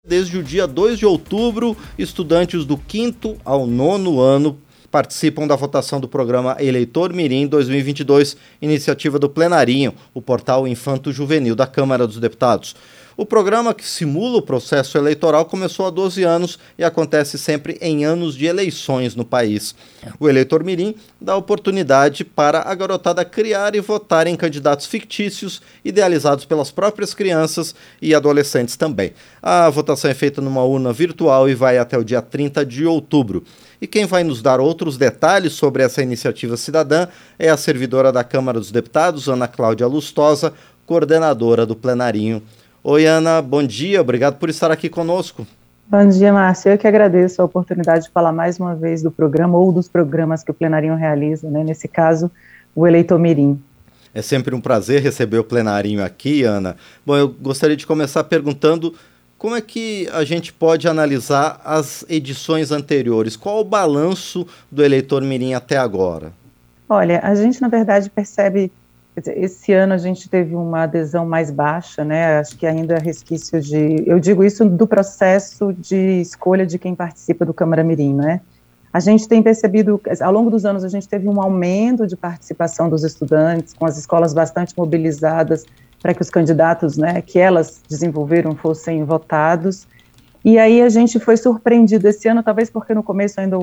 Desde o dia 2 de outubro, estudantes do 5º ao 9º ano participam da votação do programa Eleitor Mirim 2022, iniciativa do Plenarinho, o portal infanto-juvenil da Câmara dos Deputados. O programa, que simula o processo eleitoral, começou há 12 anos e acontece sempre em anos de eleições no país. O Eleitor Mirim dá oportunidade para a garotada criar e votar em candidatos fictícios, idealizados pelas próprias crianças e adolescentes também. A votação é feita numa urna virtual e vai até o dia 30 de outubro. E quem vai nos dar outros detalhes sobre essa iniciativa cidadã é a servidora da Câmara dos Deputados, Ana Cláudia Lustosa, coordenadora do Plenarinho. Oi, Ana, bom dia, obrigado por estar aqui conosco. Bom dia, Márcio. Eu que agradeço a oportunidade de falar mais uma vez do programa ou dos programas que o Plenarinho realiza, né? Nesse caso, o Eleitor Mirim. É sempre um prazer receber o Plenarinho aqui, Ana. Bom, eu gostaria de começar perguntando como é que a gente pode analisar as edições anteriores. Qual o balanço do Eleitor Mirim até agora? Olha, a gente, na verdade, percebe. Esse ano a gente teve uma adesão mais baixa, né? Acho que ainda é resquício de... Eu digo isso do processo de escolha de quem participa do Câmara Mirim, né? A gente tem percebido, ao longo dos anos, a gente teve um aumento de participação dos estudantes, com as escolas bastante mobilizadas para que os candidatos, né, que elas desenvolveram fossem votados. E aí a gente foi surpreendido esse ano, talvez porque no começo ainda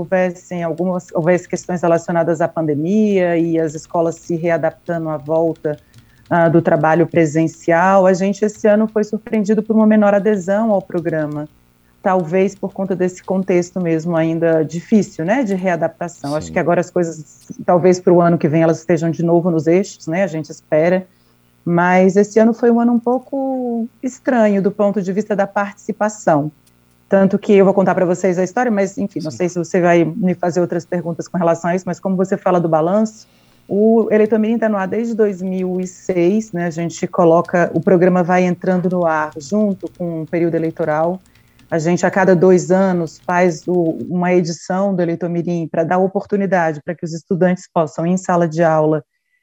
houvesse questões relacionadas à pandemia e as escolas se readaptando à volta do trabalho presencial. A gente esse ano foi surpreendido por uma menor adesão ao programa, talvez por conta desse contexto mesmo ainda difícil, né, de readaptação. Sim. Acho que agora as coisas, talvez para o ano que vem elas estejam de novo nos eixos, né, a gente espera, mas esse ano foi um ano um pouco estranho do ponto de vista da participação. Tanto que eu vou contar para vocês a história, mas, enfim, não sei se você vai me fazer outras perguntas com relação a isso, mas como você fala do balanço, o Eleitor Mirim está no ar desde 2006, né, a gente coloca, o programa vai entrando no ar junto com o período eleitoral, a gente a cada 2 anos faz uma edição do Eleitor Mirim para dar oportunidade para que os estudantes possam, em sala de aula,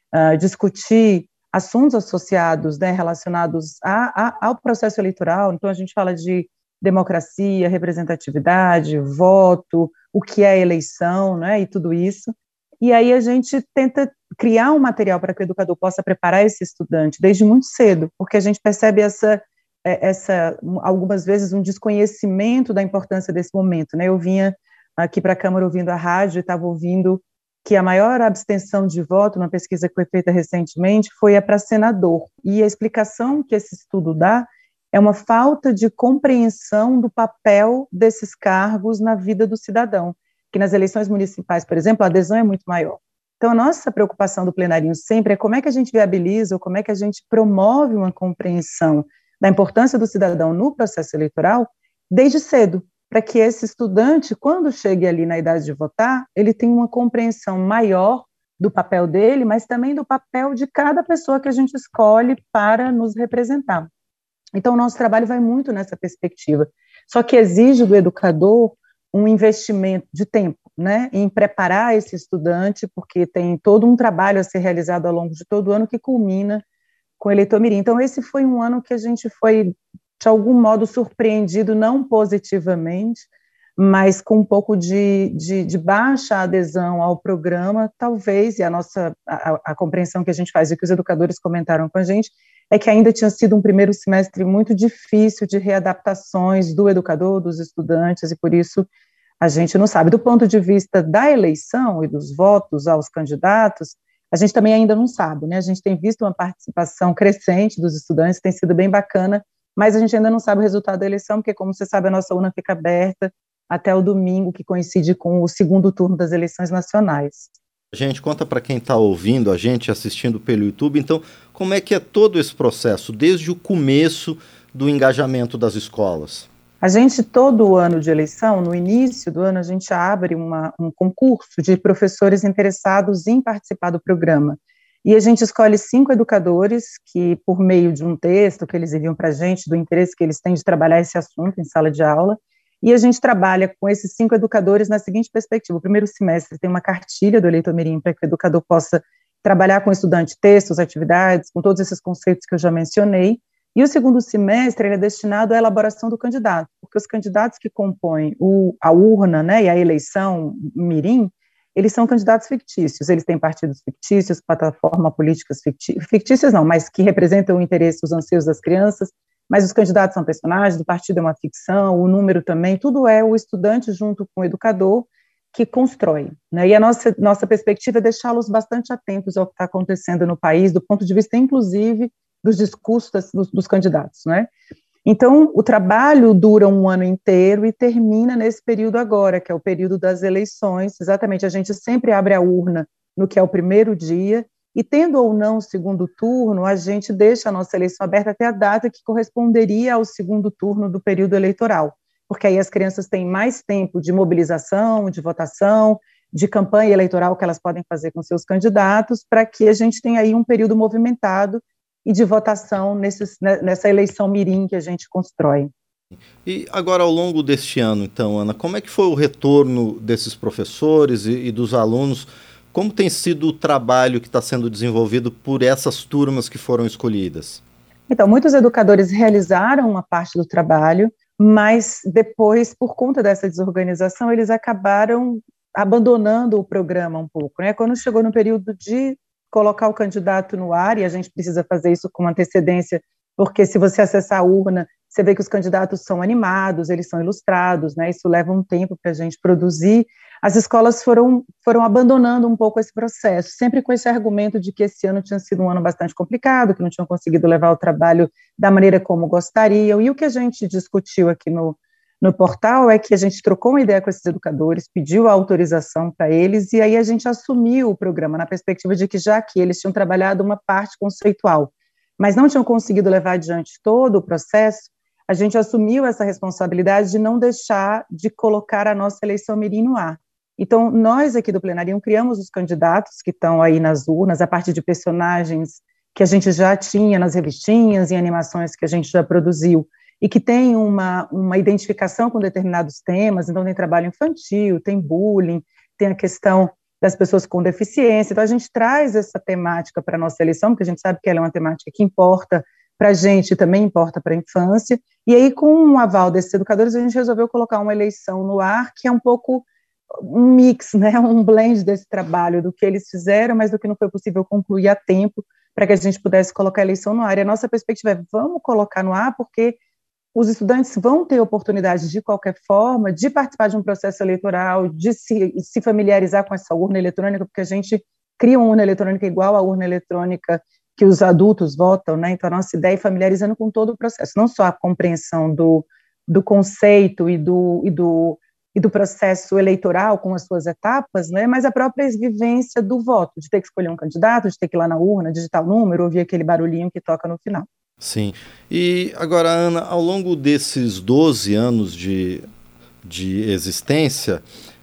discutir assuntos associados, né, relacionados ao processo eleitoral. Então a gente fala de democracia, representatividade, voto, o que é eleição, né, e tudo isso. E aí a gente tenta criar um material para que o educador possa preparar esse estudante desde muito cedo, porque a gente percebe algumas vezes um desconhecimento da importância desse momento, né? Eu vinha aqui para a Câmara ouvindo a rádio e estava ouvindo que a maior abstenção de voto, numa pesquisa que foi feita recentemente, foi para senador. E a explicação que esse estudo dá é uma falta de compreensão do papel desses cargos na vida do cidadão, que nas eleições municipais, por exemplo, a adesão é muito maior. Então, a nossa preocupação do Plenarinho sempre é como é que a gente viabiliza ou como é que a gente promove uma compreensão da importância do cidadão no processo eleitoral desde cedo, para que esse estudante, quando chegue ali na idade de votar, ele tenha uma compreensão maior do papel dele, mas também do papel de cada pessoa que a gente escolhe para nos representar. Então, o nosso trabalho vai muito nessa perspectiva, só que exige do educador um investimento de tempo, né, em preparar esse estudante, porque tem todo um trabalho a ser realizado ao longo de todo o ano que culmina com o Eleitor Mirim. Então, esse foi um ano que a gente foi, de algum modo, surpreendido, não positivamente, mas com um pouco de baixa adesão ao programa, talvez, e a compreensão que a gente faz e que os educadores comentaram com a gente, é que ainda tinha sido um primeiro semestre muito difícil de readaptações do educador, dos estudantes, e por isso a gente não sabe. Do ponto de vista da eleição e dos votos aos candidatos, a gente também ainda não sabe, né? A gente tem visto uma participação crescente dos estudantes, tem sido bem bacana, mas a gente ainda não sabe o resultado da eleição, porque, como você sabe, a nossa urna fica aberta até o domingo, que coincide com o segundo turno das eleições nacionais. Gente, conta para quem está ouvindo a gente, assistindo pelo YouTube, então, como é que é todo esse processo, desde o começo do engajamento das escolas? A gente, todo ano de eleição, no início do ano, a gente abre um concurso de professores interessados em participar do programa. E a gente escolhe 5 educadores que, por meio de um texto que eles enviam para a gente, do interesse que eles têm de trabalhar esse assunto em sala de aula, e a gente trabalha com esses 5 educadores na seguinte perspectiva: o primeiro semestre tem uma cartilha do Eleitor Mirim para que o educador possa trabalhar com o estudante textos, atividades, com todos esses conceitos que eu já mencionei, E o segundo semestre ele é destinado à elaboração do candidato, porque os candidatos que compõem a urna, né, e a eleição mirim, eles são candidatos fictícios, eles têm partidos fictícios, plataforma políticas fictícias não, mas que representam o interesse, os anseios das crianças, mas os candidatos são personagens, o partido é uma ficção, o número também, tudo é o estudante junto com o educador que constrói, né? E a nossa perspectiva é deixá-los bastante atentos ao que está acontecendo no país, do ponto de vista, inclusive, dos discursos dos candidatos, né? Então, o trabalho dura um ano inteiro e termina nesse período agora, que é o período das eleições. Exatamente, a gente sempre abre a urna no que é o primeiro dia, e tendo ou não o segundo turno, a gente deixa a nossa eleição aberta até a data que corresponderia ao segundo turno do período eleitoral, porque aí as crianças têm mais tempo de mobilização, de votação, de campanha eleitoral que elas podem fazer com seus candidatos, para que a gente tenha aí um período movimentado e de votação nessa eleição mirim que a gente constrói. E agora, ao longo deste ano, então, Ana, como é que foi o retorno desses professores e dos alunos? Como tem sido o trabalho que está sendo desenvolvido por essas turmas que foram escolhidas? Então, muitos educadores realizaram uma parte do trabalho, mas depois, por conta dessa desorganização, eles acabaram abandonando o programa um pouco, né? Quando chegou no período de colocar o candidato no ar, e a gente precisa fazer isso com antecedência, porque se você acessar a urna, você vê que os candidatos são animados, eles são ilustrados, né? Isso leva um tempo para a gente produzir. As escolas foram abandonando um pouco esse processo, sempre com esse argumento de que esse ano tinha sido um ano bastante complicado, que não tinham conseguido levar o trabalho da maneira como gostariam, e o que a gente discutiu aqui no portal é que a gente trocou uma ideia com esses educadores, pediu a autorização para eles, e aí a gente assumiu o programa na perspectiva de que, já que eles tinham trabalhado uma parte conceitual, mas não tinham conseguido levar adiante todo o processo, a gente assumiu essa responsabilidade de não deixar de colocar a nossa eleição mirim no ar. Então, nós aqui do Plenarium criamos os candidatos que estão aí nas urnas, a partir de personagens que a gente já tinha nas revistinhas e animações que a gente já produziu, e que tem uma identificação com determinados temas. Então tem trabalho infantil, tem bullying, tem a questão das pessoas com deficiência. Então a gente traz essa temática para a nossa eleição, porque a gente sabe que ela é uma temática que importa para a gente e também importa para a infância, e aí com o aval desses educadores a gente resolveu colocar uma eleição no ar, que é um pouco um mix, né, um blend desse trabalho, do que eles fizeram, mas do que não foi possível concluir a tempo, para que a gente pudesse colocar a eleição no ar. E a nossa perspectiva é, vamos colocar no ar, porque os estudantes vão ter oportunidade, de qualquer forma, de participar de um processo eleitoral, de se familiarizar com essa urna eletrônica, porque a gente cria uma urna eletrônica igual à urna eletrônica que os adultos votam, né? Então, a nossa ideia é familiarizando com todo o processo, não só a compreensão do conceito e do processo eleitoral com as suas etapas, né? Mas a própria vivência do voto, de ter que escolher um candidato, de ter que ir lá na urna, digitar o número, ouvir aquele barulhinho que toca no final. Sim. E agora, Ana, ao longo desses 12 anos de existência,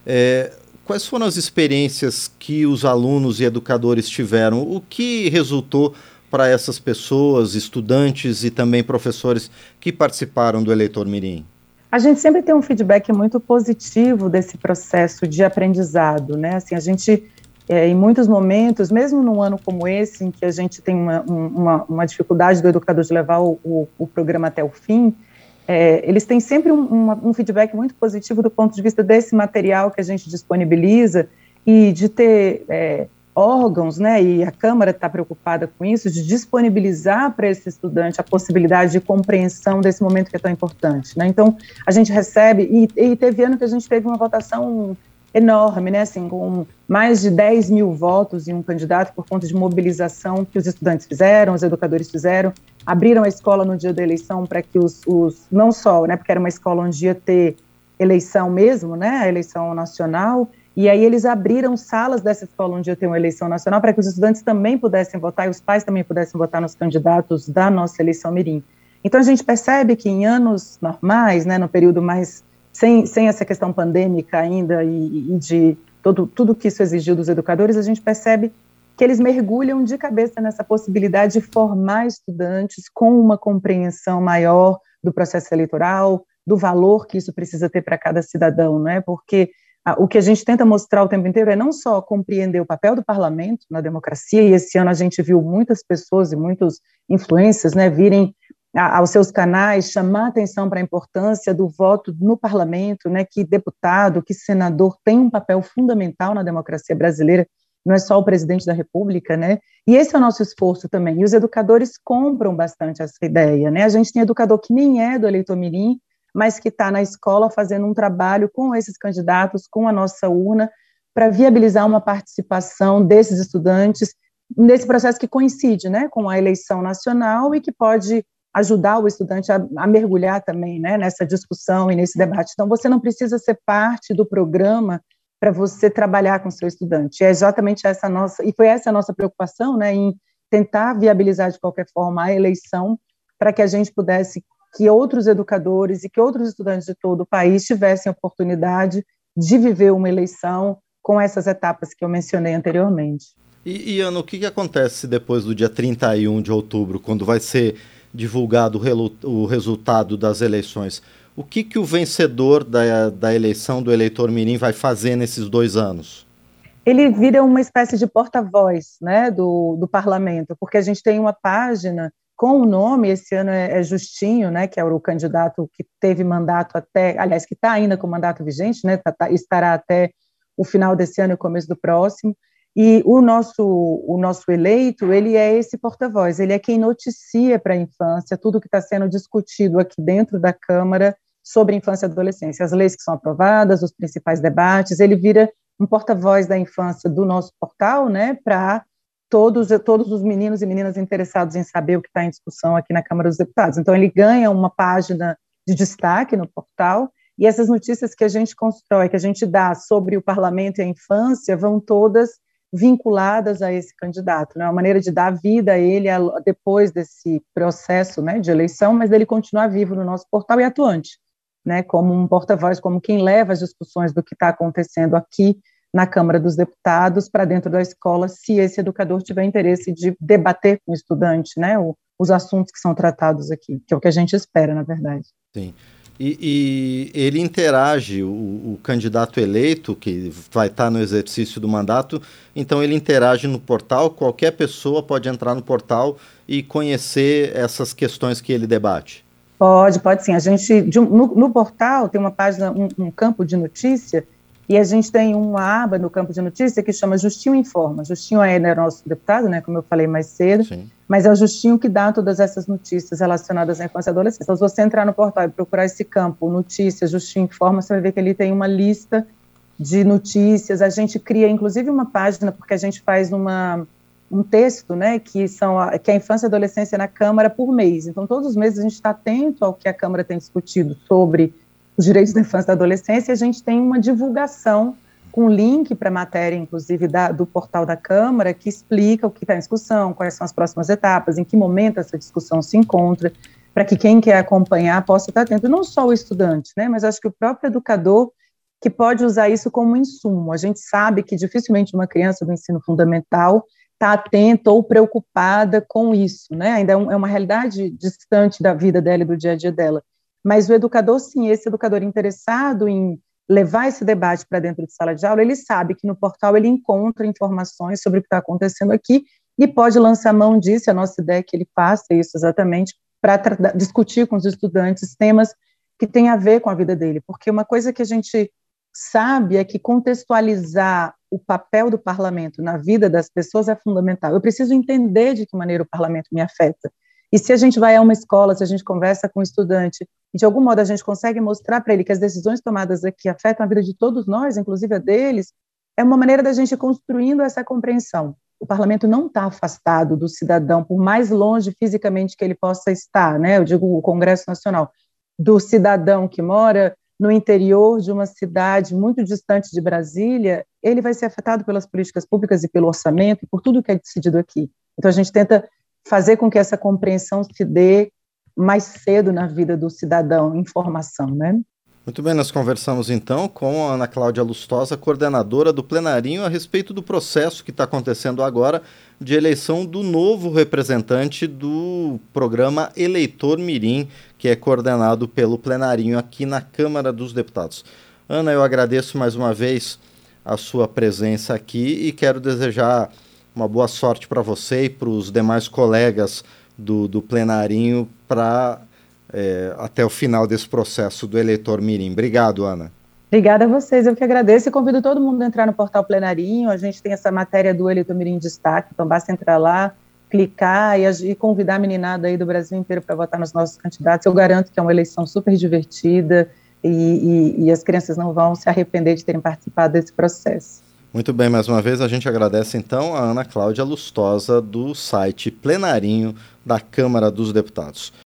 quais foram as experiências que os alunos e educadores tiveram? O que resultou para essas pessoas, estudantes e também professores que participaram do Eleitor Mirim? A gente sempre tem um feedback muito positivo desse processo de aprendizado, né? Assim, a gente, em muitos momentos, mesmo num ano como esse, em que a gente tem uma dificuldade do educador de levar o programa até o fim, eles têm sempre um feedback muito positivo do ponto de vista desse material que a gente disponibiliza e de ter órgãos, né, e a Câmara está preocupada com isso, de disponibilizar para esse estudante a possibilidade de compreensão desse momento que é tão importante, né? Então, a gente recebe, e teve ano que a gente teve uma votação enorme, né, assim, com mais de 10 mil votos em um candidato por conta de mobilização que os estudantes fizeram, os educadores fizeram, abriram a escola no dia da eleição para que não só, né, porque era uma escola onde ia ter eleição mesmo, né, a eleição nacional, e aí eles abriram salas dessa escola onde ia ter uma eleição nacional para que os estudantes também pudessem votar e os pais também pudessem votar nos candidatos da nossa eleição mirim. Então a gente percebe que em anos normais, né, no período mais sem essa questão pandêmica ainda e de tudo que isso exigiu dos educadores, a gente percebe que eles mergulham de cabeça nessa possibilidade de formar estudantes com uma compreensão maior do processo eleitoral, do valor que isso precisa ter para cada cidadão, né? Porque o que a gente tenta mostrar o tempo inteiro é não só compreender o papel do parlamento na democracia, e esse ano a gente viu muitas pessoas e muitos influencers, né, virem aos seus canais, chamar atenção para a importância do voto no parlamento, né, que deputado, que senador tem um papel fundamental na democracia brasileira, não é só o presidente da República, né? E esse é o nosso esforço também. E os educadores compram bastante essa ideia, né? A gente tem educador que nem é do eleitor mirim, mas que está na escola fazendo um trabalho com esses candidatos, com a nossa urna, para viabilizar uma participação desses estudantes nesse processo que coincide, né, com a eleição nacional e que pode ajudar o estudante a mergulhar também, né, nessa discussão e nesse debate. Então, você não precisa ser parte do programa para você trabalhar com o seu estudante. É exatamente essa nossa, e foi essa a nossa preocupação, né, em tentar viabilizar de qualquer forma a eleição para que a gente pudesse, que outros educadores e que outros estudantes de todo o país tivessem a oportunidade de viver uma eleição com essas etapas que eu mencionei anteriormente. E Ana, o que acontece depois do dia 31 de outubro, quando vai ser divulgado o resultado das eleições? O que o vencedor da eleição do eleitor mirim vai fazer nesses 2 anos? Ele vira uma espécie de porta-voz, né, do parlamento, porque a gente tem uma página com o nome, esse ano é Justinho, né, que é o candidato que teve mandato até, aliás, que está ainda com mandato vigente, né, estará até o final desse ano e o começo do próximo, e o nosso eleito, ele é esse porta-voz, ele é quem noticia para a infância tudo que está sendo discutido aqui dentro da Câmara sobre infância e adolescência, as leis que são aprovadas, os principais debates, ele vira um porta-voz da infância do nosso portal, né, para todos os meninos e meninas interessados em saber o que está em discussão aqui na Câmara dos Deputados. Então, ele ganha uma página de destaque no portal, e essas notícias que a gente constrói, que a gente dá sobre o parlamento e a infância, vão todas vinculadas a esse candidato, né? Uma maneira de dar vida a ele depois desse processo, né, de eleição, mas dele continuar vivo no nosso portal e atuante, né, como um porta-voz, como quem leva as discussões do que está acontecendo aqui na Câmara dos Deputados para dentro da escola, se esse educador tiver interesse de debater com o estudante, né, os assuntos que são tratados aqui, que é o que a gente espera, na verdade. Sim. E ele interage, o candidato eleito, que vai estar no exercício do mandato, então ele interage no portal, qualquer pessoa pode entrar no portal e conhecer essas questões que ele debate? Pode sim. A gente, no portal, tem uma página, um campo de notícia, e a gente tem uma aba no campo de notícia que chama Justinho Informa. Justinho é nosso deputado, né, como eu falei mais cedo, sim, mas é o Justinho que dá todas essas notícias relacionadas à infância e adolescência. Então, se você entrar no portal e procurar esse campo, notícias, Justinho Informa, você vai ver que ele tem uma lista de notícias. A gente cria, inclusive, uma página, porque a gente faz um texto, né, que é a infância e adolescência na Câmara por mês. Então, todos os meses a gente está atento ao que a Câmara tem discutido sobre os direitos da infância e da adolescência, e a gente tem uma divulgação com link para a matéria, inclusive, do portal da Câmara, que explica o que está em discussão, quais são as próximas etapas, em que momento essa discussão se encontra, para que quem quer acompanhar possa estar atento. Não só o estudante, né, mas acho que o próprio educador, que pode usar isso como insumo. A gente sabe que dificilmente uma criança do ensino fundamental está atenta ou preocupada com isso, né? Ainda é uma realidade distante da vida dela e do dia a dia dela. Mas o educador, sim, esse educador interessado em levar esse debate para dentro de sala de aula, ele sabe que no portal ele encontra informações sobre o que está acontecendo aqui e pode lançar mão disso. A nossa ideia é que ele faça isso exatamente para discutir com os estudantes temas que têm a ver com a vida dele, porque uma coisa que a gente sabe é que contextualizar o papel do parlamento na vida das pessoas é fundamental. Eu preciso entender de que maneira o parlamento me afeta. E se a gente vai a uma escola, se a gente conversa com um estudante, e de algum modo a gente consegue mostrar para ele que as decisões tomadas aqui afetam a vida de todos nós, inclusive a deles, é uma maneira da gente ir construindo essa compreensão. O parlamento não está afastado do cidadão, por mais longe fisicamente que ele possa estar, né? Eu digo o Congresso Nacional, do cidadão que mora no interior de uma cidade muito distante de Brasília, ele vai ser afetado pelas políticas públicas e pelo orçamento e por tudo que é decidido aqui. Então a gente tenta fazer com que essa compreensão se dê mais cedo na vida do cidadão em formação, né? Muito bem, nós conversamos então com a Ana Cláudia Lustosa, coordenadora do Plenarinho, a respeito do processo que está acontecendo agora de eleição do novo representante do programa Eleitor Mirim, que é coordenado pelo Plenarinho aqui na Câmara dos Deputados. Ana, eu agradeço mais uma vez a sua presença aqui e quero desejar uma boa sorte para você e para os demais colegas do plenarinho para até o final desse processo do eleitor mirim. Obrigado, Ana. Obrigada a vocês, eu que agradeço e convido todo mundo a entrar no portal Plenarinho. A gente tem essa matéria do Eleitor Mirim em destaque, então basta entrar lá, clicar e convidar a meninada aí do Brasil inteiro para votar nos nossos candidatos. Eu garanto que é uma eleição super divertida e as crianças não vão se arrepender de terem participado desse processo. Muito bem, mais uma vez a gente agradece então a Ana Cláudia Lustosa do site Plenarinho da Câmara dos Deputados.